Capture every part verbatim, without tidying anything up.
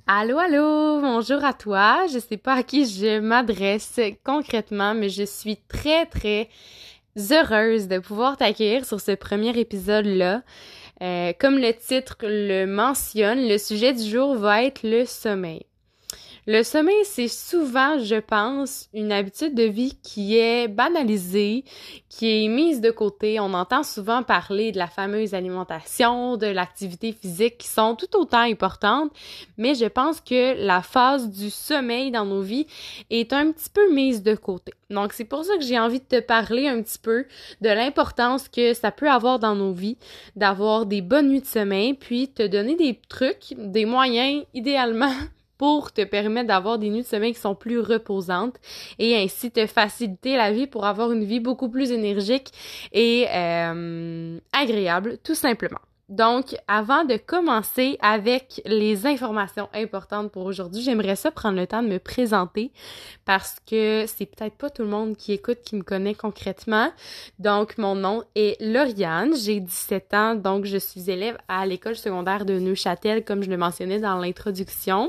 Allô, allô, bonjour à toi. Je sais pas à qui je m'adresse concrètement, mais je suis très, très heureuse de pouvoir t'accueillir sur ce premier épisode-là. Euh, comme le titre le mentionne, le sujet du jour va être le sommeil. Le sommeil, c'est souvent, je pense, une habitude de vie qui est banalisée, qui est mise de côté. On entend souvent parler de la fameuse alimentation, de l'activité physique qui sont tout autant importantes, mais je pense que la phase du sommeil dans nos vies est un petit peu mise de côté. Donc, c'est pour ça que j'ai envie de te parler un petit peu de l'importance que ça peut avoir dans nos vies, d'avoir des bonnes nuits de sommeil, puis te donner des trucs, des moyens, idéalement, pour te permettre d'avoir des nuits de sommeil qui sont plus reposantes et ainsi te faciliter la vie pour avoir une vie beaucoup plus énergique et euh, agréable, tout simplement. Donc, avant de commencer avec les informations importantes pour aujourd'hui, j'aimerais ça prendre le temps de me présenter parce que c'est peut-être pas tout le monde qui écoute qui me connaît concrètement. Donc, mon nom est Lauriane, j'ai dix-sept ans, donc je suis élève à l'école secondaire de Neuchâtel, comme je le mentionnais dans l'introduction.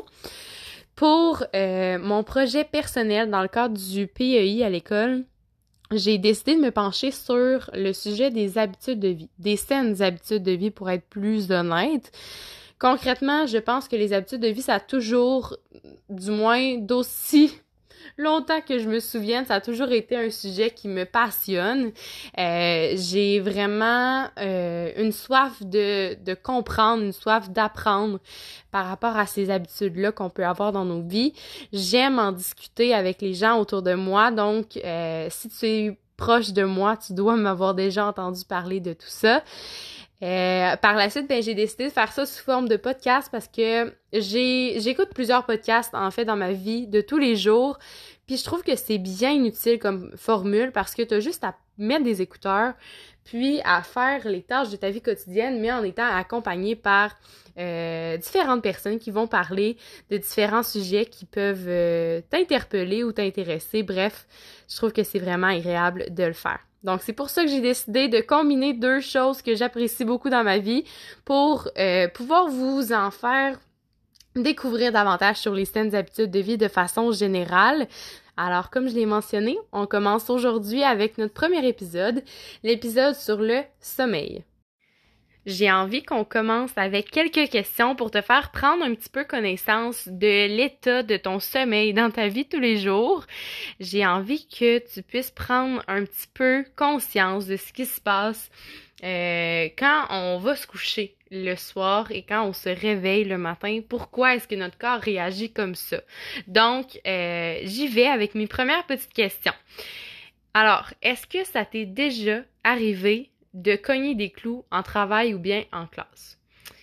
Pour euh, mon projet personnel dans le cadre du P E I à l'école, j'ai décidé de me pencher sur le sujet des habitudes de vie, des saines habitudes de vie pour être plus honnête. Concrètement, je pense que les habitudes de vie, ça a toujours, du moins d'aussi longtemps que je me souvienne, ça a toujours été un sujet qui me passionne. Euh, j'ai vraiment euh, une soif de, de comprendre, une soif d'apprendre par rapport à ces habitudes-là qu'on peut avoir dans nos vies. J'aime en discuter avec les gens autour de moi, donc euh, si tu es proche de moi, tu dois m'avoir déjà entendu parler de tout ça. Euh, par la suite, ben j'ai décidé de faire ça sous forme de podcast parce que j'ai j'écoute plusieurs podcasts en fait dans ma vie de tous les jours. Puis je trouve que c'est bien utile comme formule parce que t'as juste à mettre des écouteurs puis à faire les tâches de ta vie quotidienne, mais en étant accompagné par euh, différentes personnes qui vont parler de différents sujets qui peuvent euh, t'interpeller ou t'intéresser. Bref, je trouve que c'est vraiment agréable de le faire. Donc, c'est pour ça que j'ai décidé de combiner deux choses que j'apprécie beaucoup dans ma vie pour euh, pouvoir vous en faire découvrir davantage sur les saines habitudes de vie de façon générale. Alors, comme je l'ai mentionné, on commence aujourd'hui avec notre premier épisode, l'épisode sur le sommeil. J'ai envie qu'on commence avec quelques questions pour te faire prendre un petit peu connaissance de l'état de ton sommeil dans ta vie tous les jours. J'ai envie que tu puisses prendre un petit peu conscience de ce qui se passe euh, quand on va se coucher le soir et quand on se réveille le matin. Pourquoi est-ce que notre corps réagit comme ça? Donc, euh, j'y vais avec mes premières petites questions. Alors, est-ce que ça t'est déjà arrivé de cogner des clous en travail ou bien en classe?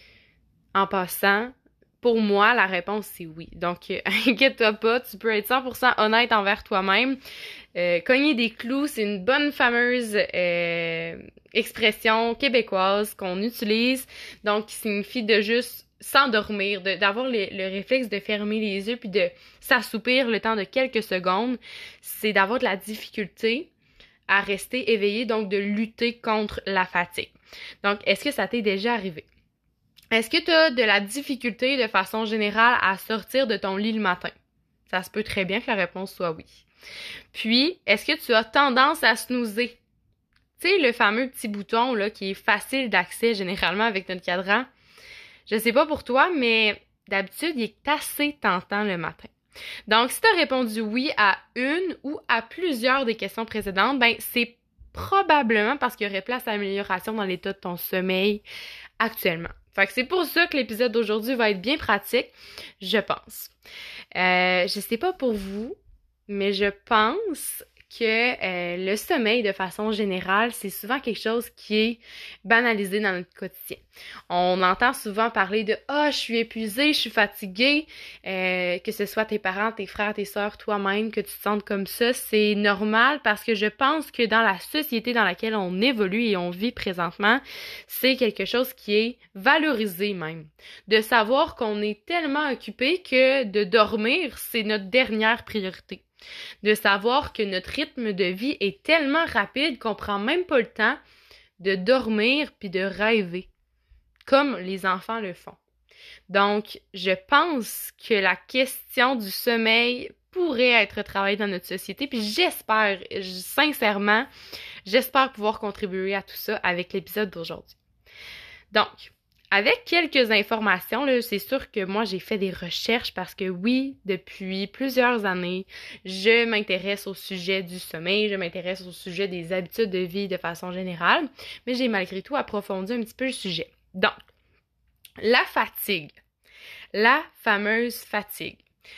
En passant, pour moi, la réponse c'est oui. Donc, euh, inquiète-toi pas, tu peux être cent pour cent honnête envers toi-même. Euh, cogner des clous, c'est une bonne fameuse euh, expression québécoise qu'on utilise, donc qui signifie de juste s'endormir, de, d'avoir le, le réflexe de fermer les yeux puis de s'assoupir le temps de quelques secondes. C'est d'avoir de la difficulté à rester éveillé, donc de lutter contre la fatigue. Donc, est-ce que ça t'est déjà arrivé? Est-ce que tu as de la difficulté de façon générale à sortir de ton lit le matin? Ça se peut très bien que la réponse soit oui. Puis, est-ce que tu as tendance à snoozer? Tu sais, le fameux petit bouton là qui est facile d'accès généralement avec notre cadran. Je sais pas pour toi, mais d'habitude, il est assez tentant le matin. Donc, si tu as répondu oui à une ou à plusieurs des questions précédentes, ben c'est probablement parce qu'il y aurait place à amélioration dans l'état de ton sommeil actuellement. Fait que c'est pour ça que l'épisode d'aujourd'hui va être bien pratique, je pense. Euh, je sais pas pour vous, mais je pense que euh, le sommeil, de façon générale, c'est souvent quelque chose qui est banalisé dans notre quotidien. On entend souvent parler de « Ah, oh, je suis épuisée, je suis fatiguée euh, », que ce soit tes parents, tes frères, tes sœurs, toi-même, que tu te sentes comme ça, c'est normal parce que je pense que dans la société dans laquelle on évolue et on vit présentement, c'est quelque chose qui est valorisé même. De savoir qu'on est tellement occupé que de dormir, c'est notre dernière priorité. De savoir que notre rythme de vie est tellement rapide qu'on prend même pas le temps de dormir puis de rêver, comme les enfants le font. Donc, je pense que la question du sommeil pourrait être travaillée dans notre société, puis j'espère, sincèrement, j'espère pouvoir contribuer à tout ça avec l'épisode d'aujourd'hui. Donc, avec quelques informations, là, c'est sûr que moi, j'ai fait des recherches parce que oui, depuis plusieurs années, je m'intéresse au sujet du sommeil, je m'intéresse au sujet des habitudes de vie de façon générale, mais j'ai malgré tout approfondi un petit peu le sujet. Donc, la fatigue, la fameuse fatigue.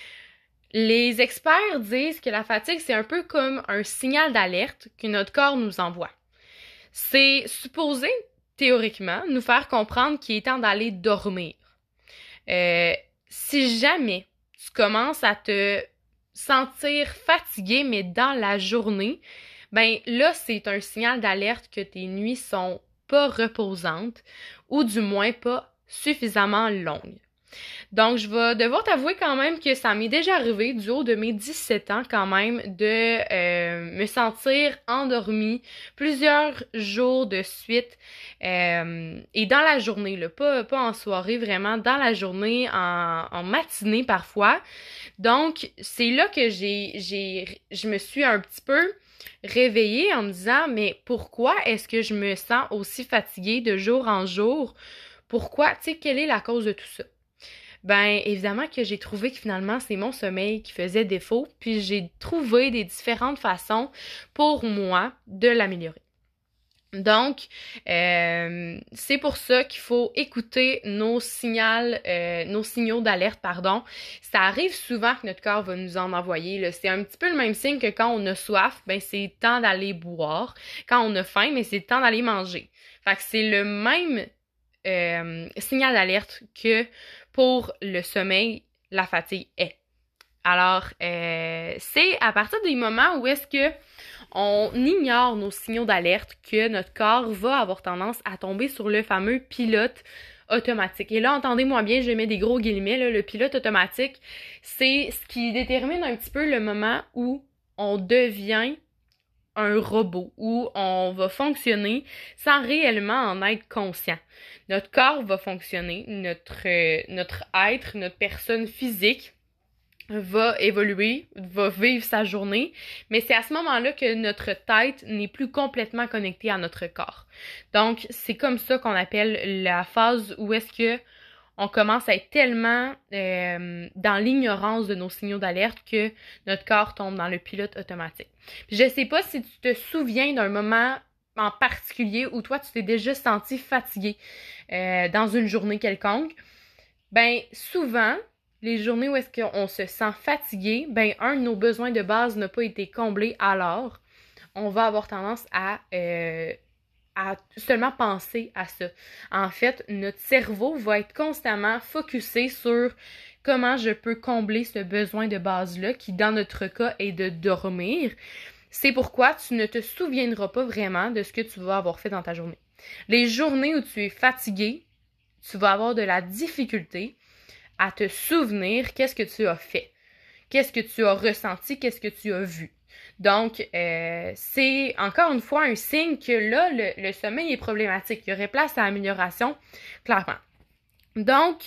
Les experts disent que la fatigue, c'est un peu comme un signal d'alerte que notre corps nous envoie. C'est supposé théoriquement, nous faire comprendre qu'il est temps d'aller dormir. Euh, si jamais tu commences à te sentir fatigué, mais dans la journée, ben là, c'est un signal d'alerte que tes nuits sont pas reposantes ou du moins pas suffisamment longues. Donc, je vais devoir t'avouer quand même que ça m'est déjà arrivé, du haut de mes dix-sept ans quand même, de euh, me sentir endormie plusieurs jours de suite euh, et dans la journée, là, pas, pas en soirée, vraiment dans la journée, en, en matinée parfois. Donc, c'est là que j'ai, j'ai, je me suis un petit peu réveillée en me disant, mais pourquoi est-ce que je me sens aussi fatiguée de jour en jour? Pourquoi? Tu sais, quelle est la cause de tout ça? Ben, évidemment que j'ai trouvé que finalement, c'est mon sommeil qui faisait défaut, puis j'ai trouvé des différentes façons pour moi de l'améliorer. Donc, euh, c'est pour ça qu'il faut écouter nos signaux, euh, nos signaux d'alerte, pardon. Ça arrive souvent que notre corps va nous en envoyer, là. C'est un petit peu le même signe que quand on a soif, ben c'est temps d'aller boire. Quand on a faim, mais c'est temps d'aller manger. Fait que c'est le même euh, signal d'alerte que pour le sommeil, la fatigue est. Alors, euh, c'est à partir des moments où est-ce que on ignore nos signaux d'alerte que notre corps va avoir tendance à tomber sur le fameux pilote automatique. Et là, entendez-moi bien, je mets des gros guillemets, là, le pilote automatique, c'est ce qui détermine un petit peu le moment où on devient un robot, où on va fonctionner sans réellement en être conscient. Notre corps va fonctionner, notre, euh, notre être, notre personne physique va évoluer, va vivre sa journée, mais c'est à ce moment-là que notre tête n'est plus complètement connectée à notre corps. Donc, c'est comme ça qu'on appelle la phase où est-ce que on commence à être tellement euh, dans l'ignorance de nos signaux d'alerte que notre corps tombe dans le pilote automatique. Puis je sais pas si tu te souviens d'un moment en particulier où toi, tu t'es déjà senti fatigué euh, dans une journée quelconque. Ben, souvent, les journées où est-ce qu'on se sent fatigué, ben, un de nos besoins de base n'a pas été comblé, alors on va avoir tendance à... Euh, à seulement penser à ça. En fait, notre cerveau va être constamment focusé sur comment je peux combler ce besoin de base-là, qui dans notre cas est de dormir. C'est pourquoi tu ne te souviendras pas vraiment de ce que tu vas avoir fait dans ta journée. Les journées où tu es fatigué, tu vas avoir de la difficulté à te souvenir qu'est-ce que tu as fait, qu'est-ce que tu as ressenti, qu'est-ce que tu as vu. Donc, euh, c'est encore une fois un signe que là, le, le sommeil est problématique. Il y aurait place à amélioration, clairement. Donc,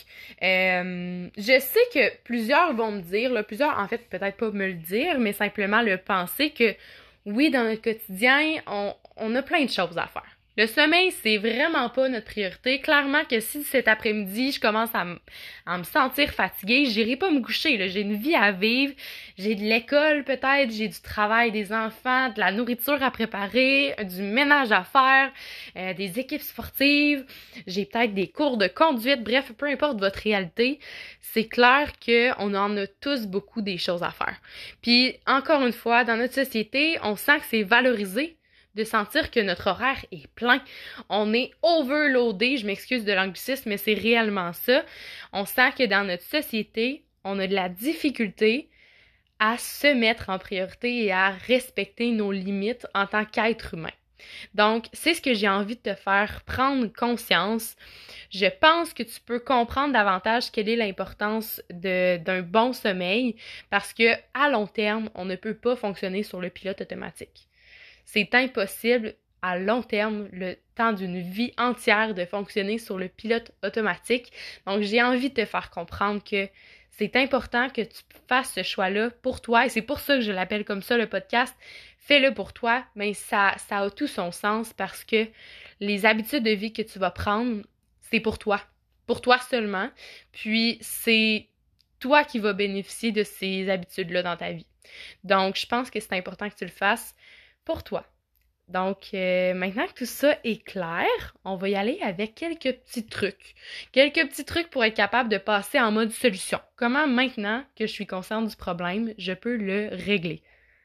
euh, je sais que plusieurs vont me dire, là, plusieurs, en fait, peut-être pas me le dire, mais simplement le penser que, oui, dans notre quotidien, on, on a plein de choses à faire. Le sommeil, c'est vraiment pas notre priorité. Clairement que si cet après-midi, je commence à, m- à me sentir fatiguée, j'irai pas me coucher, là. J'ai une vie à vivre, j'ai de l'école peut-être, j'ai du travail des enfants, de la nourriture à préparer, du ménage à faire, euh, des équipes sportives, j'ai peut-être des cours de conduite, bref, peu importe votre réalité, c'est clair qu'on en a tous beaucoup des choses à faire. Puis, encore une fois, dans notre société, on sent que c'est valorisé de sentir que notre horaire est plein. On est overloadé, je m'excuse de l'anglicisme, mais c'est réellement ça. On sent que dans notre société, on a de la difficulté à se mettre en priorité et à respecter nos limites en tant qu'être humain. Donc, c'est ce que j'ai envie de te faire prendre conscience. Je pense que tu peux comprendre davantage quelle est l'importance de, d'un bon sommeil parce que à long terme, on ne peut pas fonctionner sur le pilote automatique. C'est impossible à long terme le temps d'une vie entière de fonctionner sur le pilote automatique. Donc, j'ai envie de te faire comprendre que c'est important que tu fasses ce choix-là pour toi et c'est pour ça que je l'appelle comme ça, le podcast. Fais-le pour toi, mais ça, ça a tout son sens parce que les habitudes de vie que tu vas prendre, c'est pour toi. Pour toi seulement. Puis, c'est toi qui vas bénéficier de ces habitudes-là dans ta vie. Donc, je pense que c'est important que tu le fasses pour toi. Donc, euh, maintenant que tout ça est clair, on va y aller avec quelques petits trucs. Quelques petits trucs pour être capable de passer en mode solution. Comment, maintenant que je suis consciente du problème, je peux le régler?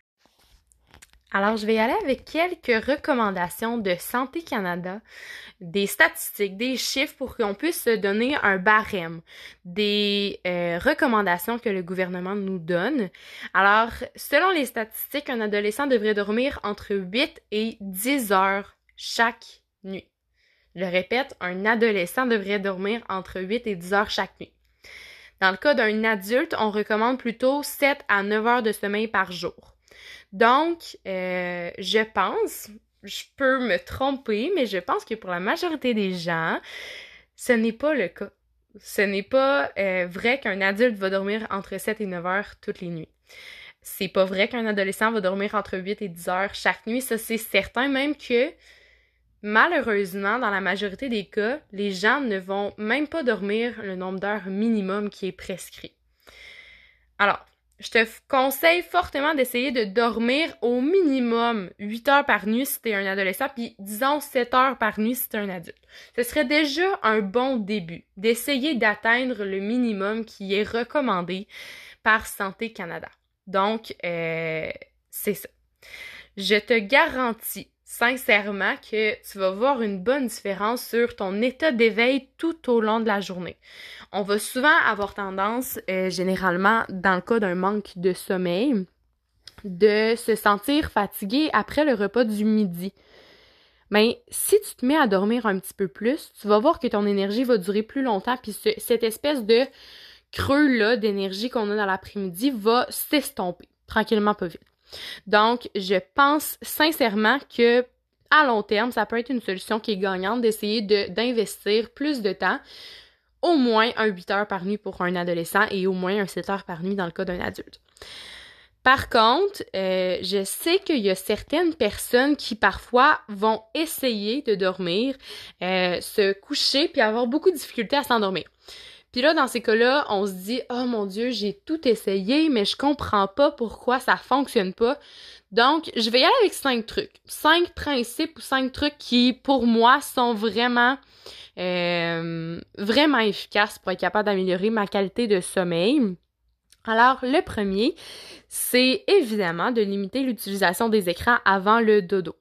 Alors, je vais y aller avec quelques recommandations de Santé Canada, des statistiques, des chiffres pour qu'on puisse se donner un barème, des euh, recommandations que le gouvernement nous donne. Alors, selon les statistiques, un adolescent devrait dormir entre huit et dix heures chaque nuit. Je le répète, un adolescent devrait dormir entre huit et dix heures chaque nuit. Dans le cas d'un adulte, on recommande plutôt sept à neuf heures de sommeil par jour. Donc, euh, je pense, je peux me tromper, mais je pense que pour la majorité des gens, ce n'est pas le cas. Ce n'est pas euh, vrai qu'un adulte va dormir entre sept et neuf heures toutes les nuits. C'est pas vrai qu'un adolescent va dormir entre huit et dix heures chaque nuit. Ça, c'est certain, même que malheureusement, dans la majorité des cas, les gens ne vont même pas dormir le nombre d'heures minimum qui est prescrit. Alors, je te conseille fortement d'essayer de dormir au minimum huit heures par nuit si tu es un adolescent, puis disons sept heures par nuit si tu es un adulte. Ce serait déjà un bon début d'essayer d'atteindre le minimum qui est recommandé par Santé Canada. Donc, euh, c'est ça. Je te garantis sincèrement que tu vas voir une bonne différence sur ton état d'éveil tout au long de la journée. On va souvent avoir tendance, euh, généralement, dans le cas d'un manque de sommeil, de se sentir fatigué après le repas du midi. Mais si tu te mets à dormir un petit peu plus, tu vas voir que ton énergie va durer plus longtemps, puis ce, cette espèce de creux-là d'énergie qu'on a dans l'après-midi va s'estomper, tranquillement pas vite. Donc, je pense sincèrement que à long terme, ça peut être une solution qui est gagnante d'essayer de, d'investir plus de temps, au moins un huit heures par nuit pour un adolescent et au moins un sept heures par nuit dans le cas d'un adulte. Par contre, euh, je sais qu'il y a certaines personnes qui parfois vont essayer de dormir, euh, se coucher puis avoir beaucoup de difficultés à s'endormir. Puis là, dans ces cas-là, on se dit « Oh mon Dieu, j'ai tout essayé, mais je comprends pas pourquoi ça fonctionne pas. » Donc, je vais y aller avec cinq trucs. Cinq principes ou cinq trucs qui, pour moi, sont vraiment, euh, vraiment efficaces pour être capable d'améliorer ma qualité de sommeil. Alors, le premier, c'est évidemment de limiter l'utilisation des écrans avant le dodo.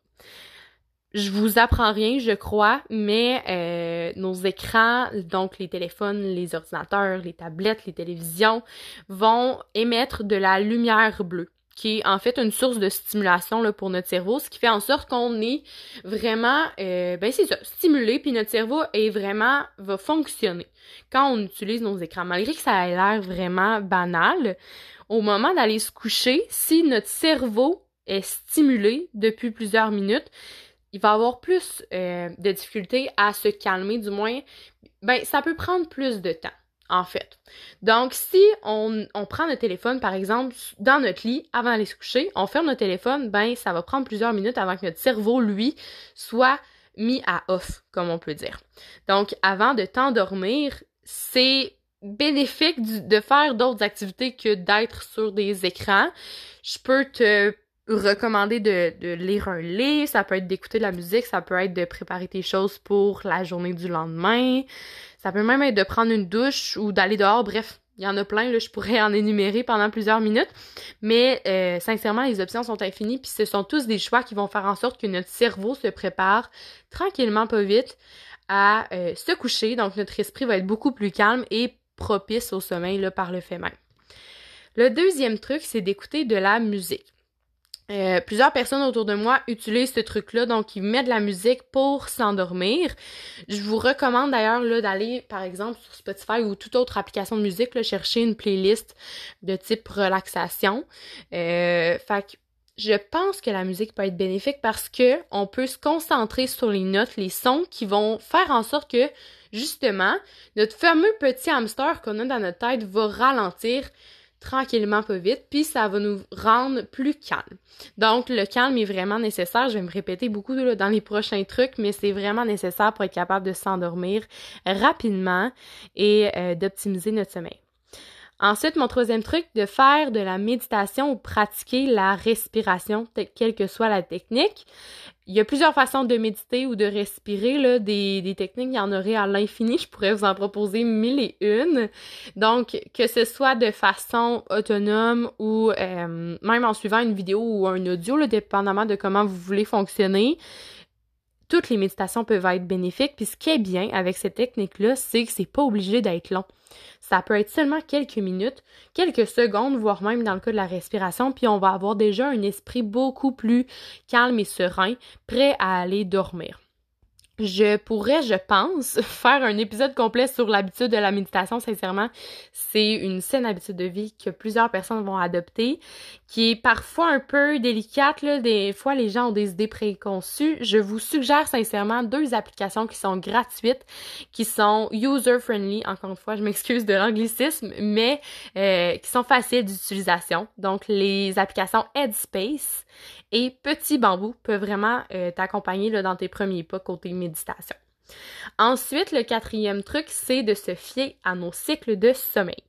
Je vous apprends rien, je crois, mais euh, nos écrans, donc les téléphones, les ordinateurs, les tablettes, les télévisions, vont émettre de la lumière bleue, qui est en fait une source de stimulation là, pour notre cerveau, ce qui fait en sorte qu'on est vraiment, euh, ben c'est ça, stimulé, puis notre cerveau est vraiment, va fonctionner quand on utilise nos écrans. Malgré que ça ait l'air vraiment banal, au moment d'aller se coucher, si notre cerveau est stimulé depuis plusieurs minutes, il va avoir plus euh, de difficultés à se calmer, du moins, ben ça peut prendre plus de temps, en fait. Donc, si on, on prend notre téléphone, par exemple, dans notre lit, avant d'aller se coucher, on ferme notre téléphone, ben ça va prendre plusieurs minutes avant que notre cerveau, lui, soit mis à off, comme on peut dire. Donc, avant de t'endormir, c'est bénéfique du, de faire d'autres activités que d'être sur des écrans. Je peux te recommander de, de lire un livre, ça peut être d'écouter de la musique, ça peut être de préparer tes choses pour la journée du lendemain, ça peut même être de prendre une douche ou d'aller dehors, bref, il y en a plein, là, je pourrais en énumérer pendant plusieurs minutes, mais euh, sincèrement, les options sont infinies, puis ce sont tous des choix qui vont faire en sorte que notre cerveau se prépare tranquillement, pas vite, à euh, se coucher, donc notre esprit va être beaucoup plus calme et propice au sommeil là, par le fait même. Le deuxième truc, c'est d'écouter de la musique. Euh, plusieurs personnes autour de moi utilisent ce truc-là, donc ils mettent de la musique pour s'endormir. Je vous recommande d'ailleurs là d'aller, par exemple, sur Spotify ou toute autre application de musique, là, chercher une playlist de type relaxation. Euh, fait que je pense que la musique peut être bénéfique parce que on peut se concentrer sur les notes, les sons qui vont faire en sorte que, justement, notre fameux petit hamster qu'on a dans notre tête va ralentir tranquillement, pas vite, puis ça va nous rendre plus calmes. Donc, le calme est vraiment nécessaire. Je vais me répéter beaucoup là, dans les prochains trucs, mais c'est vraiment nécessaire pour être capable de s'endormir rapidement et euh, d'optimiser notre sommeil. Ensuite, mon troisième truc, de faire de la méditation ou pratiquer la respiration, quelle que soit la technique. Il y a plusieurs façons de méditer ou de respirer, là, des, des techniques, il y en aurait à l'infini, je pourrais vous en proposer mille et une. Donc, que ce soit de façon autonome ou euh, même en suivant une vidéo ou un audio, là, dépendamment de comment vous voulez fonctionner, toutes les méditations peuvent être bénéfiques. Puis ce qui est bien avec cette technique-là, c'est que c'est pas obligé d'être long. Ça peut être seulement quelques minutes, quelques secondes, voire même dans le cas de la respiration, puis on va avoir déjà un esprit beaucoup plus calme et serein, prêt à aller dormir. Je pourrais, je pense, faire un épisode complet sur l'habitude de la méditation. Sincèrement, c'est une saine habitude de vie que plusieurs personnes vont adopter, qui est parfois un peu délicate, là. Des fois, les gens ont des idées préconçues. Je vous suggère sincèrement deux applications qui sont gratuites, qui sont user-friendly. Encore une fois, je m'excuse de l'anglicisme, mais euh, qui sont faciles d'utilisation. Donc, les applications Headspace et Petit Bambou peuvent vraiment euh, t'accompagner là, dans tes premiers pas côté méditation. Ensuite, le quatrième truc, c'est de se fier à nos cycles de sommeil.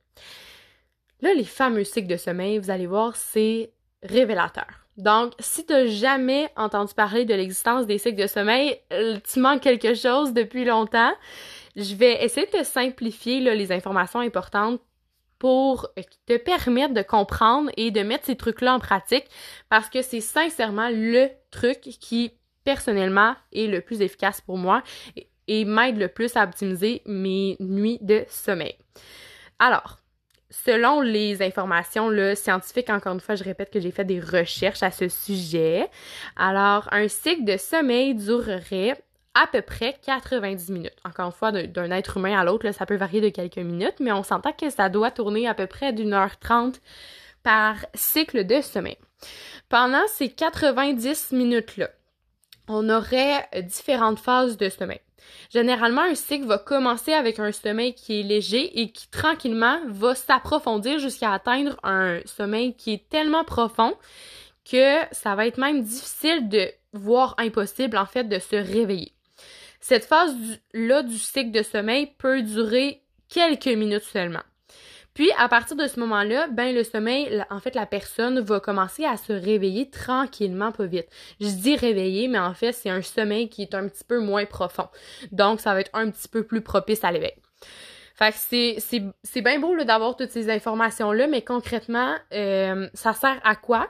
Là, les fameux cycles de sommeil, vous allez voir, c'est révélateur. Donc, si tu n'as jamais entendu parler de l'existence des cycles de sommeil, tu manques quelque chose depuis longtemps. Je vais essayer de te simplifier là, les informations importantes pour te permettre de comprendre et de mettre ces trucs-là en pratique parce que c'est sincèrement le truc qui, personnellement, est le plus efficace pour moi et, et m'aide le plus à optimiser mes nuits de sommeil. Alors, selon les informations là, scientifiques, encore une fois, je répète que j'ai fait des recherches à ce sujet. Alors, un cycle de sommeil durerait à peu près quatre-vingt-dix minutes. Encore une fois, d'un être humain à l'autre, ça peut varier de quelques minutes, mais on s'entend que ça doit tourner à peu près d'une heure trente par cycle de sommeil. Pendant ces quatre-vingt-dix minutes-là, on aurait différentes phases de sommeil. Généralement, un cycle va commencer avec un sommeil qui est léger et qui tranquillement va s'approfondir jusqu'à atteindre un sommeil qui est tellement profond que ça va être même difficile de, voire impossible en fait, de se réveiller. Cette phase-là du cycle de sommeil peut durer quelques minutes seulement. Puis, à partir de ce moment-là, ben le sommeil, en fait, la personne va commencer à se réveiller tranquillement, pas vite. Je dis réveiller, mais en fait, c'est un sommeil qui est un petit peu moins profond. Donc, ça va être un petit peu plus propice à l'éveil. Fait que c'est, c'est, c'est bien beau là, d'avoir toutes ces informations-là, mais concrètement, euh, ça sert à quoi?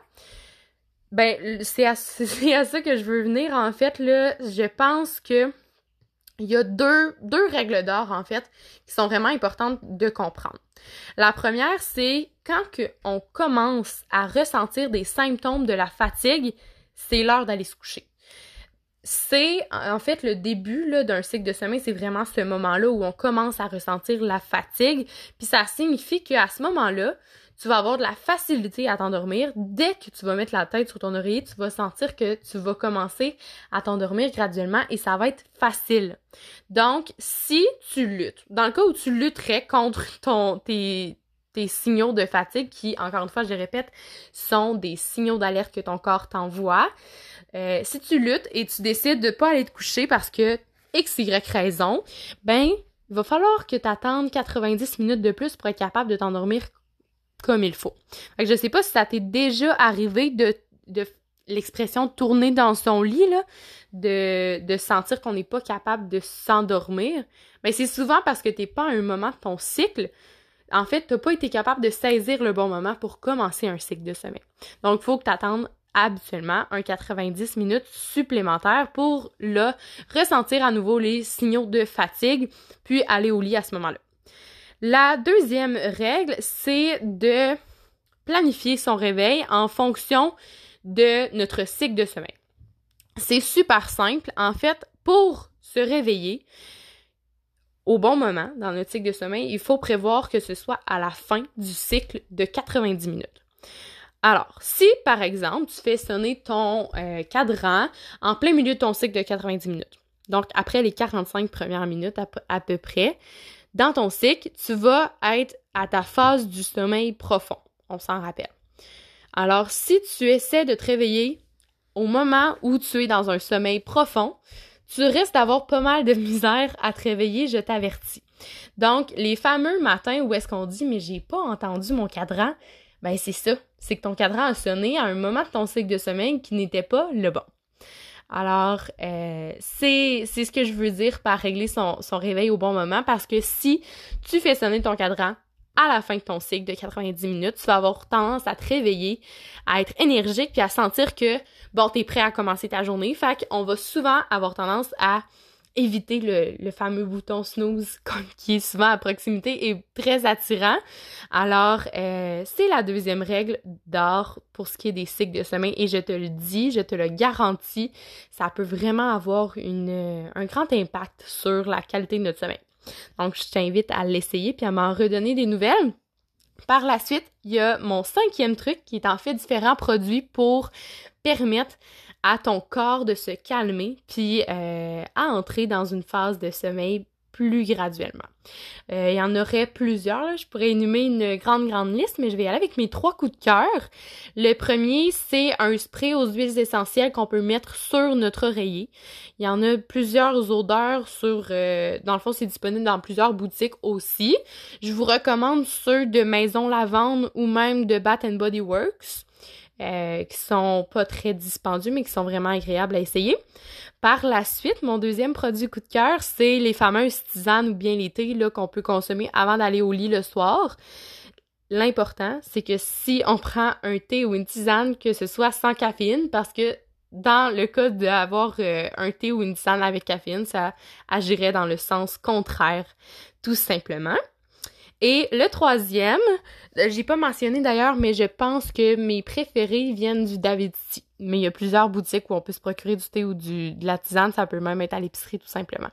Ben, c'est à, c'est à ça que je veux venir, en fait, là. Je pense que il y a deux, deux règles d'or, en fait, qui sont vraiment importantes de comprendre. La première, c'est quand que on commence à ressentir des symptômes de la fatigue, c'est l'heure d'aller se coucher. C'est, en fait, le début là, d'un cycle de sommeil, c'est vraiment ce moment-là où on commence à ressentir la fatigue, puis ça signifie qu'à ce moment-là, tu vas avoir de la facilité à t'endormir. Dès que tu vas mettre la tête sur ton oreiller, tu vas sentir que tu vas commencer à t'endormir graduellement et ça va être facile. Donc, si tu luttes, dans le cas où tu lutterais contre ton, tes, tes signaux de fatigue qui, encore une fois, je répète, sont des signaux d'alerte que ton corps t'envoie, euh, si tu luttes et tu décides de pas aller te coucher parce que X, Y raison, ben, il va falloir que tu attendes quatre-vingt-dix minutes de plus pour être capable de t'endormir comme il faut. Fait que je sais pas si ça t'est déjà arrivé de, de l'expression tourner dans son lit, là, de, de sentir qu'on n'est pas capable de s'endormir. Mais c'est souvent parce que t'es pas à un moment de ton cycle. En fait, t'as pas été capable de saisir le bon moment pour commencer un cycle de sommeil. Donc, il faut que t'attendes habituellement un quatre-vingt-dix minutes supplémentaires pour, là, ressentir à nouveau les signaux de fatigue, puis aller au lit à ce moment-là. La deuxième règle, c'est de planifier son réveil en fonction de notre cycle de sommeil. C'est super simple. En fait, pour se réveiller au bon moment dans notre cycle de sommeil, il faut prévoir que ce soit à la fin du cycle de quatre-vingt-dix minutes. Alors, si, par exemple, tu fais sonner ton euh, cadran en plein milieu de ton cycle de quatre-vingt-dix minutes, donc après les quarante-cinq premières minutes à, à peu près, dans ton cycle, tu vas être à ta phase du sommeil profond, on s'en rappelle. Alors, si tu essaies de te réveiller au moment où tu es dans un sommeil profond, tu risques d'avoir pas mal de misère à te réveiller, je t'avertis. Donc, les fameux matins où est-ce qu'on dit « mais j'ai pas entendu mon cadran », ben c'est ça, c'est que ton cadran a sonné à un moment de ton cycle de sommeil qui n'était pas le bon. Alors, euh, c'est, c'est ce que je veux dire par régler son, son réveil au bon moment, parce que si tu fais sonner ton cadran à la fin de ton cycle de quatre-vingt-dix minutes, tu vas avoir tendance à te réveiller, à être énergique, puis à sentir que, bon, t'es prêt à commencer ta journée. Fait qu'on va souvent avoir tendance à éviter le, le fameux bouton snooze qui est souvent à proximité et très attirant. Alors, euh, c'est la deuxième règle d'or pour ce qui est des cycles de sommeil et je te le dis, je te le garantis, ça peut vraiment avoir une, un grand impact sur la qualité de notre sommeil. Donc, je t'invite à l'essayer puis à m'en redonner des nouvelles. Par la suite, il y a mon cinquième truc qui est en fait différents produits pour permettre à ton corps de se calmer puis euh, à entrer dans une phase de sommeil plus graduellement. Euh, il y en aurait plusieurs, là. Je pourrais énumérer une grande, grande liste, mais je vais y aller avec mes trois coups de cœur. Le premier, c'est un spray aux huiles essentielles qu'on peut mettre sur notre oreiller. Il y en a plusieurs odeurs sur... Euh, dans le fond, c'est disponible dans plusieurs boutiques aussi. Je vous recommande ceux de Maison Lavande ou même de Bath and Body Works. Euh, qui sont pas très dispendieux, mais qui sont vraiment agréables à essayer. Par la suite, mon deuxième produit coup de cœur, c'est les fameuses tisanes ou bien les thés là, qu'on peut consommer avant d'aller au lit le soir. L'important, c'est que si on prend un thé ou une tisane, que ce soit sans caféine, parce que dans le cas d'avoir euh, un thé ou une tisane avec caféine, ça agirait dans le sens contraire, tout simplement. Et le troisième, j'ai pas mentionné d'ailleurs, mais je pense que mes préférés viennent du David Tea. Mais il y a plusieurs boutiques où on peut se procurer du thé ou du, de la tisane, ça peut même être à l'épicerie tout simplement.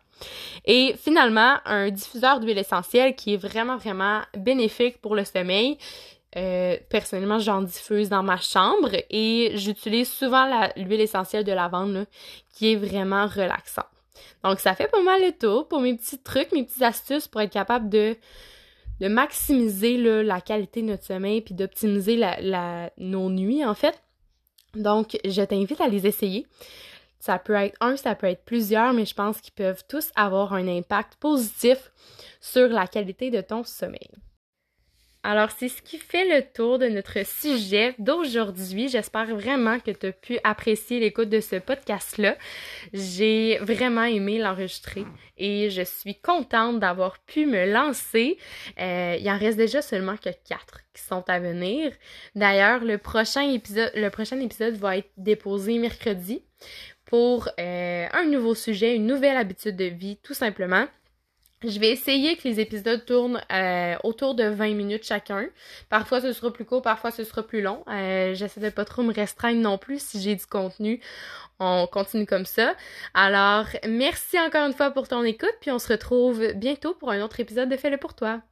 Et finalement, un diffuseur d'huile essentielle qui est vraiment, vraiment bénéfique pour le sommeil. Euh, personnellement, j'en diffuse dans ma chambre et j'utilise souvent la, l'huile essentielle de lavande là, qui est vraiment relaxante. Donc, ça fait pas mal le tour pour mes petits trucs, mes petites astuces pour être capable de de maximiser là, la qualité de notre sommeil puis d'optimiser la, la, nos nuits, en fait. Donc, je t'invite à les essayer. Ça peut être un, ça peut être plusieurs, mais je pense qu'ils peuvent tous avoir un impact positif sur la qualité de ton sommeil. Alors, c'est ce qui fait le tour de notre sujet d'aujourd'hui. J'espère vraiment que tu as pu apprécier l'écoute de ce podcast-là. J'ai vraiment aimé l'enregistrer et je suis contente d'avoir pu me lancer. Euh, il en reste déjà seulement que quatre qui sont à venir. D'ailleurs, le prochain épisode, le prochain épisode va être déposé mercredi pour euh, un nouveau sujet, une nouvelle habitude de vie, tout simplement. Je vais essayer que les épisodes tournent euh, autour de vingt minutes chacun. Parfois, ce sera plus court, parfois, ce sera plus long. Euh, j'essaie de pas trop me restreindre non plus. Si j'ai du contenu, on continue comme ça. Alors, merci encore une fois pour ton écoute, puis on se retrouve bientôt pour un autre épisode de Fais-le pour toi.